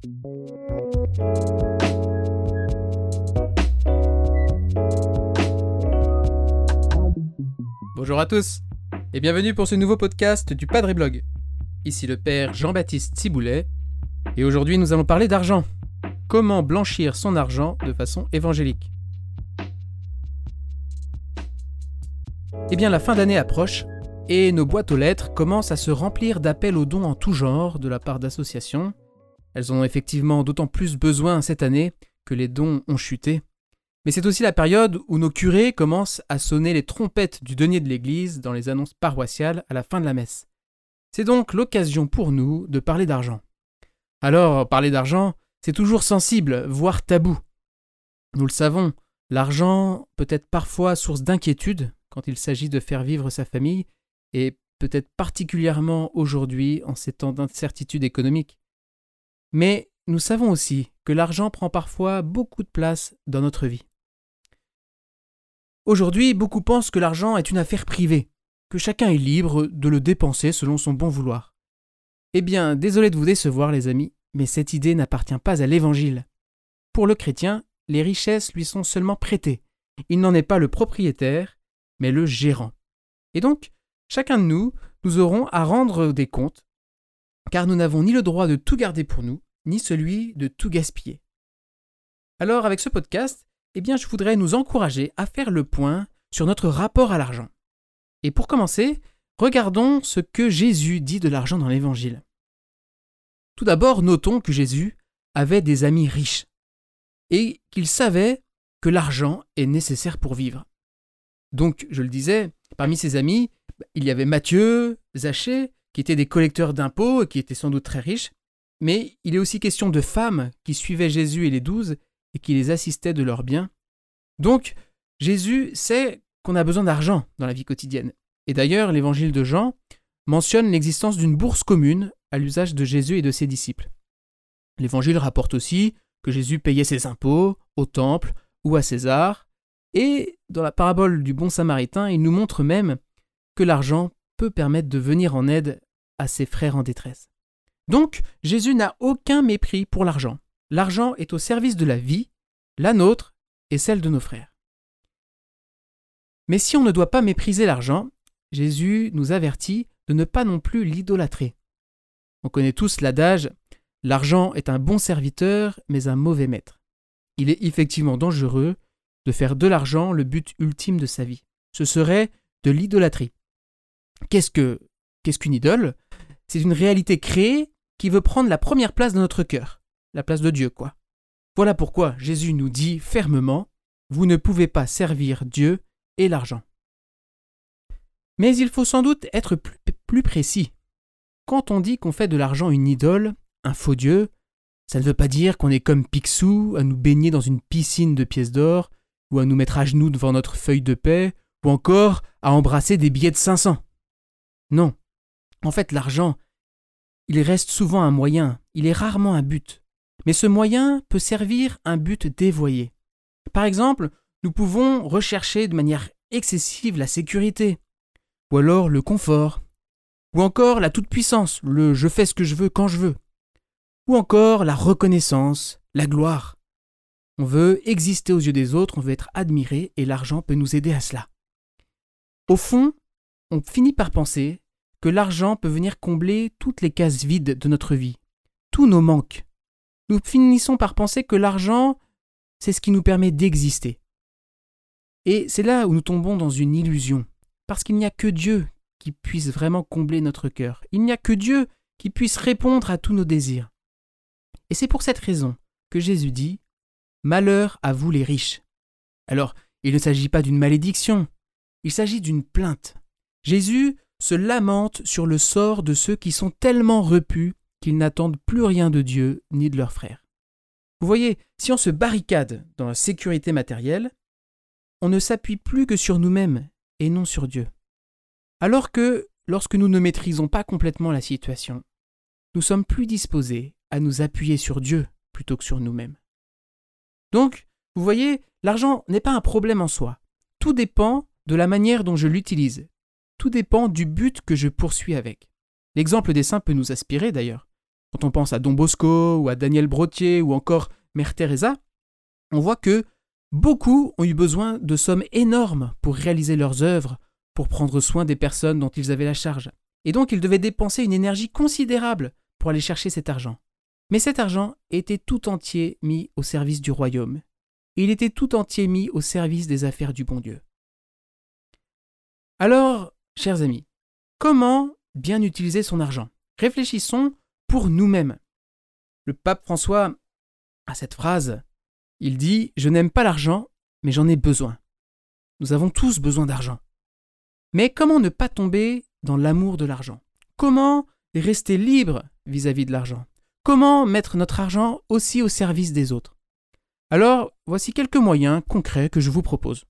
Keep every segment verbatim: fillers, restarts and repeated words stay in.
Bonjour à tous et bienvenue pour ce nouveau podcast du Padre Blog. Ici le père Jean-Baptiste Ciboulet et aujourd'hui nous allons parler d'argent. Comment blanchir son argent de façon évangélique. Eh bien la fin d'année approche et nos boîtes aux lettres commencent à se remplir d'appels aux dons en tout genre de la part d'associations. Elles en ont effectivement d'autant plus besoin cette année que les dons ont chuté. Mais c'est aussi la période où nos curés commencent à sonner les trompettes du denier de l'église dans les annonces paroissiales à la fin de la messe. C'est donc l'occasion pour nous de parler d'argent. Alors, parler d'argent, c'est toujours sensible, voire tabou. Nous le savons, l'argent peut être parfois source d'inquiétude quand il s'agit de faire vivre sa famille, et peut-être particulièrement aujourd'hui en ces temps d'incertitude économique. Mais nous savons aussi que l'argent prend parfois beaucoup de place dans notre vie. Aujourd'hui, beaucoup pensent que l'argent est une affaire privée, que chacun est libre de le dépenser selon son bon vouloir. Eh bien, désolé de vous décevoir les amis, mais cette idée n'appartient pas à l'Évangile. Pour le chrétien, les richesses lui sont seulement prêtées. Il n'en est pas le propriétaire, mais le gérant. Et donc, chacun de nous, nous aurons à rendre des comptes, car nous n'avons ni le droit de tout garder pour nous, ni celui de tout gaspiller. Alors, avec ce podcast, eh bien, je voudrais nous encourager à faire le point sur notre rapport à l'argent. Et pour commencer, regardons ce que Jésus dit de l'argent dans l'Évangile. Tout d'abord, notons que Jésus avait des amis riches et qu'il savait que l'argent est nécessaire pour vivre. Donc, je le disais, parmi ses amis, il y avait Matthieu, Zachée, qui étaient des collecteurs d'impôts et qui étaient sans doute très riches, mais il est aussi question de femmes qui suivaient Jésus et les douze et qui les assistaient de leurs biens. Donc, Jésus sait qu'on a besoin d'argent dans la vie quotidienne. Et d'ailleurs, l'évangile de Jean mentionne l'existence d'une bourse commune à l'usage de Jésus et de ses disciples. L'évangile rapporte aussi que Jésus payait ses impôts au temple ou à César, et dans la parabole du bon samaritain, il nous montre même que l'argent peut permettre de venir en aide à ses frères en détresse. Donc, Jésus n'a aucun mépris pour l'argent. L'argent est au service de la vie, la nôtre et celle de nos frères. Mais si on ne doit pas mépriser l'argent, Jésus nous avertit de ne pas non plus l'idolâtrer. On connaît tous l'adage « l'argent est un bon serviteur, mais un mauvais maître ». Il est effectivement dangereux de faire de l'argent le but ultime de sa vie. Ce serait de l'idolâtrie. Qu'est-ce que, qu'est-ce qu'une idole ? C'est une réalité créée qui veut prendre la première place dans notre cœur. La place de Dieu, quoi. Voilà pourquoi Jésus nous dit fermement « Vous ne pouvez pas servir Dieu et l'argent ». Mais il faut sans doute être plus, plus précis. Quand on dit qu'on fait de l'argent une idole, un faux Dieu, ça ne veut pas dire qu'on est comme Picsou à nous baigner dans une piscine de pièces d'or, ou à nous mettre à genoux devant notre feuille de paix, ou encore à embrasser des billets de cinq cents. Non. En fait, l'argent, il reste souvent un moyen, il est rarement un but. Mais ce moyen peut servir un but dévoyé. Par exemple, nous pouvons rechercher de manière excessive la sécurité, ou alors le confort, ou encore la toute-puissance, le « je fais ce que je veux quand je veux », ou encore la reconnaissance, la gloire. On veut exister aux yeux des autres, on veut être admiré, et l'argent peut nous aider à cela. Au fond, on finit par penser que l'argent peut venir combler toutes les cases vides de notre vie, tous nos manques. Nous finissons par penser que l'argent, c'est ce qui nous permet d'exister. Et c'est là où nous tombons dans une illusion, parce qu'il n'y a que Dieu qui puisse vraiment combler notre cœur. Il n'y a que Dieu qui puisse répondre à tous nos désirs. Et c'est pour cette raison que Jésus dit « Malheur à vous les riches ». Alors, il ne s'agit pas d'une malédiction, il s'agit d'une plainte. Jésus se lamente sur le sort de ceux qui sont tellement repus qu'ils n'attendent plus rien de Dieu ni de leurs frères. Vous voyez, si on se barricade dans la sécurité matérielle, on ne s'appuie plus que sur nous-mêmes et non sur Dieu. Alors que, lorsque nous ne maîtrisons pas complètement la situation, nous sommes plus disposés à nous appuyer sur Dieu plutôt que sur nous-mêmes. Donc, vous voyez, l'argent n'est pas un problème en soi. Tout dépend de la manière dont je l'utilise. Tout dépend du but que je poursuis avec. L'exemple des saints peut nous inspirer d'ailleurs. Quand on pense à Don Bosco ou à Daniel Brottier ou encore Mère Teresa, on voit que beaucoup ont eu besoin de sommes énormes pour réaliser leurs œuvres, pour prendre soin des personnes dont ils avaient la charge. Et donc ils devaient dépenser une énergie considérable pour aller chercher cet argent. Mais cet argent était tout entier mis au service du royaume. Et il était tout entier mis au service des affaires du bon Dieu. Alors, chers amis, comment bien utiliser son argent ? Réfléchissons pour nous-mêmes. Le pape François a cette phrase, il dit « Je n'aime pas l'argent, mais j'en ai besoin ». Nous avons tous besoin d'argent. Mais comment ne pas tomber dans l'amour de l'argent ? Comment rester libre vis-à-vis de l'argent ? Comment mettre notre argent aussi au service des autres ? Alors, voici quelques moyens concrets que je vous propose.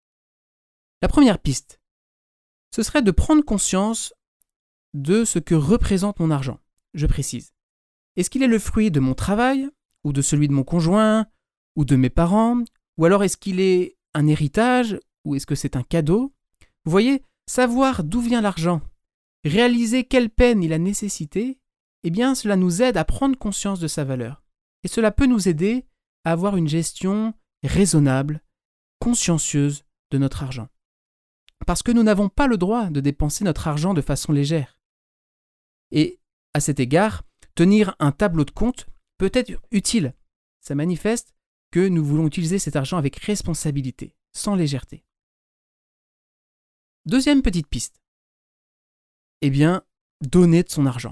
La première piste, ce serait de prendre conscience de ce que représente mon argent. Je précise. Est-ce qu'il est le fruit de mon travail, ou de celui de mon conjoint, ou de mes parents, ou alors est-ce qu'il est un héritage, ou est-ce que c'est un cadeau ? Vous voyez, savoir d'où vient l'argent, réaliser quelle peine il a nécessité, eh bien cela nous aide à prendre conscience de sa valeur. Et cela peut nous aider à avoir une gestion raisonnable, consciencieuse de notre argent. Parce que nous n'avons pas le droit de dépenser notre argent de façon légère. Et à cet égard, tenir un tableau de compte peut être utile. Ça manifeste que nous voulons utiliser cet argent avec responsabilité, sans légèreté. Deuxième petite piste. Eh bien, donner de son argent.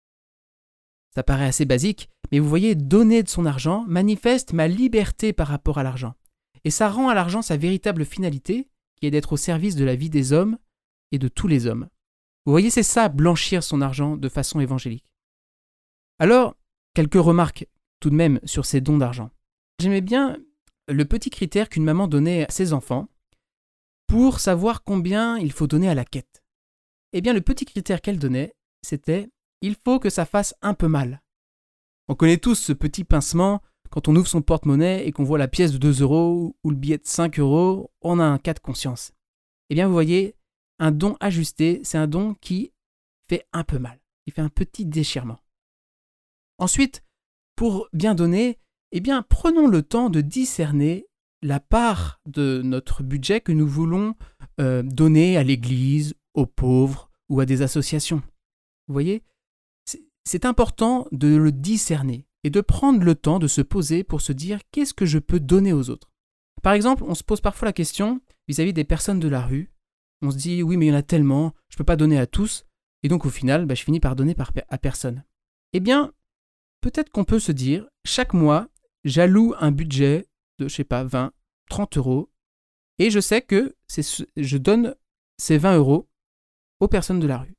Ça paraît assez basique, mais vous voyez, donner de son argent manifeste ma liberté par rapport à l'argent. Et ça rend à l'argent sa véritable finalité, qui est d'être au service de la vie des hommes et de tous les hommes. Vous voyez, c'est ça, blanchir son argent de façon évangélique. Alors, quelques remarques tout de même sur ces dons d'argent. J'aimais bien le petit critère qu'une maman donnait à ses enfants pour savoir combien il faut donner à la quête. Eh bien, le petit critère qu'elle donnait, c'était « il faut que ça fasse un peu mal ». On connaît tous ce petit pincement quand on ouvre son porte-monnaie et qu'on voit la pièce de deux euros ou le billet de cinq euros, on a un cas de conscience. Eh bien, vous voyez, un don ajusté, c'est un don qui fait un peu mal. Il fait un petit déchirement. Ensuite, pour bien donner, eh bien, prenons le temps de discerner la part de notre budget que nous voulons euh, donner à l'Église, aux pauvres ou à des associations. Vous voyez, c'est, c'est important de le discerner et de prendre le temps de se poser pour se dire qu'est-ce que je peux donner aux autres. Par exemple, on se pose parfois la question vis-à-vis des personnes de la rue. On se dit oui, mais il y en a tellement, je ne peux pas donner à tous, et donc au final, bah, je finis par donner par, à personne. Eh bien, peut-être qu'on peut se dire, chaque mois, j'alloue un budget de, je sais pas, vingt, trente euros, et je sais que c'est, je donne ces vingt euros aux personnes de la rue.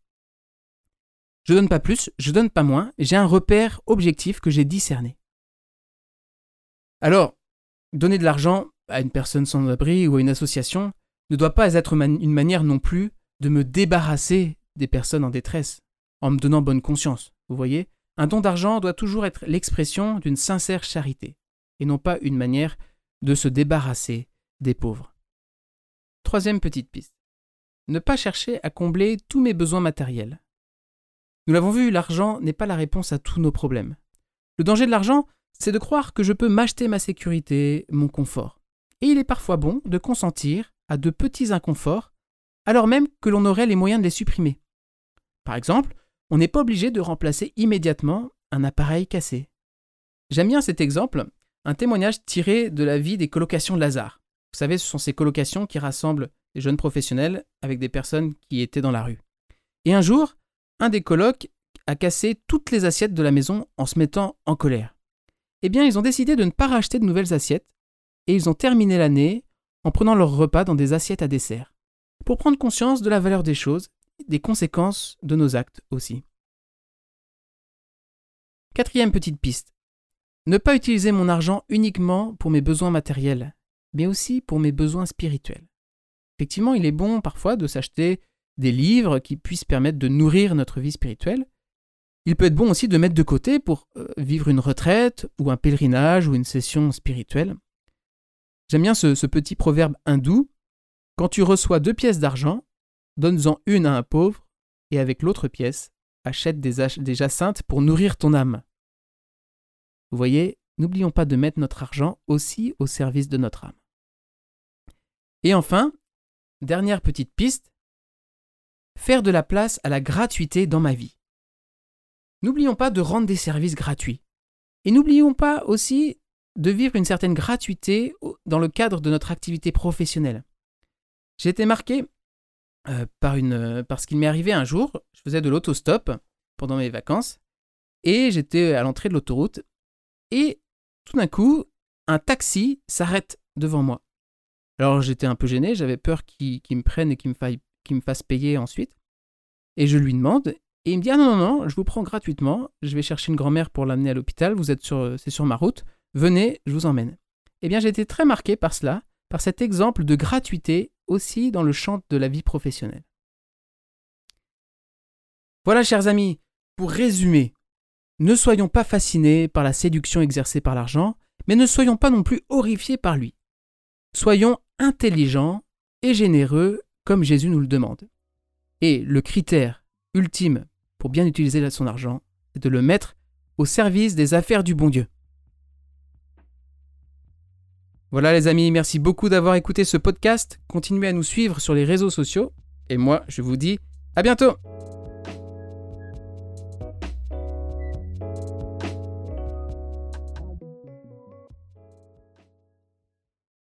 Je donne pas plus, je donne pas moins, j'ai un repère objectif que j'ai discerné. Alors, donner de l'argent à une personne sans abri ou à une association ne doit pas être une manière non plus de me débarrasser des personnes en détresse, en me donnant bonne conscience. Vous voyez, un don d'argent doit toujours être l'expression d'une sincère charité, et non pas une manière de se débarrasser des pauvres. Troisième petite piste. Ne pas chercher à combler tous mes besoins matériels. Nous l'avons vu, l'argent n'est pas la réponse à tous nos problèmes. Le danger de l'argent, c'est de croire que je peux m'acheter ma sécurité, mon confort. Et il est parfois bon de consentir à de petits inconforts, alors même que l'on aurait les moyens de les supprimer. Par exemple, on n'est pas obligé de remplacer immédiatement un appareil cassé. J'aime bien cet exemple, un témoignage tiré de la vie des colocations de Lazare. Vous savez, ce sont ces colocations qui rassemblent des jeunes professionnels avec des personnes qui étaient dans la rue. Et un jour, un des colocs a cassé toutes les assiettes de la maison en se mettant en colère. Eh bien, ils ont décidé de ne pas racheter de nouvelles assiettes et ils ont terminé l'année en prenant leur repas dans des assiettes à dessert, pour prendre conscience de la valeur des choses, des conséquences de nos actes aussi. Quatrième petite piste. Ne pas utiliser mon argent uniquement pour mes besoins matériels, mais aussi pour mes besoins spirituels. Effectivement, il est bon parfois de s'acheter des livres qui puissent permettre de nourrir notre vie spirituelle. Il peut être bon aussi de mettre de côté pour euh, vivre une retraite ou un pèlerinage ou une session spirituelle. J'aime bien ce, ce petit proverbe hindou. Quand tu reçois deux pièces d'argent, donne-en une à un pauvre et avec l'autre pièce, achète des, ach- des jacinthes pour nourrir ton âme. Vous voyez, n'oublions pas de mettre notre argent aussi au service de notre âme. Et enfin, dernière petite piste, faire de la place à la gratuité dans ma vie. N'oublions pas de rendre des services gratuits. Et n'oublions pas aussi de vivre une certaine gratuité dans le cadre de notre activité professionnelle. J'ai été marqué euh, par, une, par ce qu'il m'est arrivé un jour. Je faisais de l'autostop pendant mes vacances et j'étais à l'entrée de l'autoroute et tout d'un coup, un taxi s'arrête devant moi. Alors j'étais un peu gêné, j'avais peur qu'il, qu'il me prenne et qu'il me, faille, qu'il me fasse payer ensuite. Et je lui demande, et il me dit « Ah non, non, non, je vous prends gratuitement, je vais chercher une grand-mère pour l'amener à l'hôpital, vous êtes sur, c'est sur ma route, venez, je vous emmène. » Eh bien j'ai été très marqué par cela, par cet exemple de gratuité aussi dans le champ de la vie professionnelle. Voilà, chers amis, pour résumer, ne soyons pas fascinés par la séduction exercée par l'argent, mais ne soyons pas non plus horrifiés par lui. Soyons intelligents et généreux comme Jésus nous le demande. Et le critère ultime pour bien utiliser son argent, c'est de le mettre au service des affaires du bon Dieu. Voilà les amis, merci beaucoup d'avoir écouté ce podcast. Continuez à nous suivre sur les réseaux sociaux. Et moi, je vous dis à bientôt.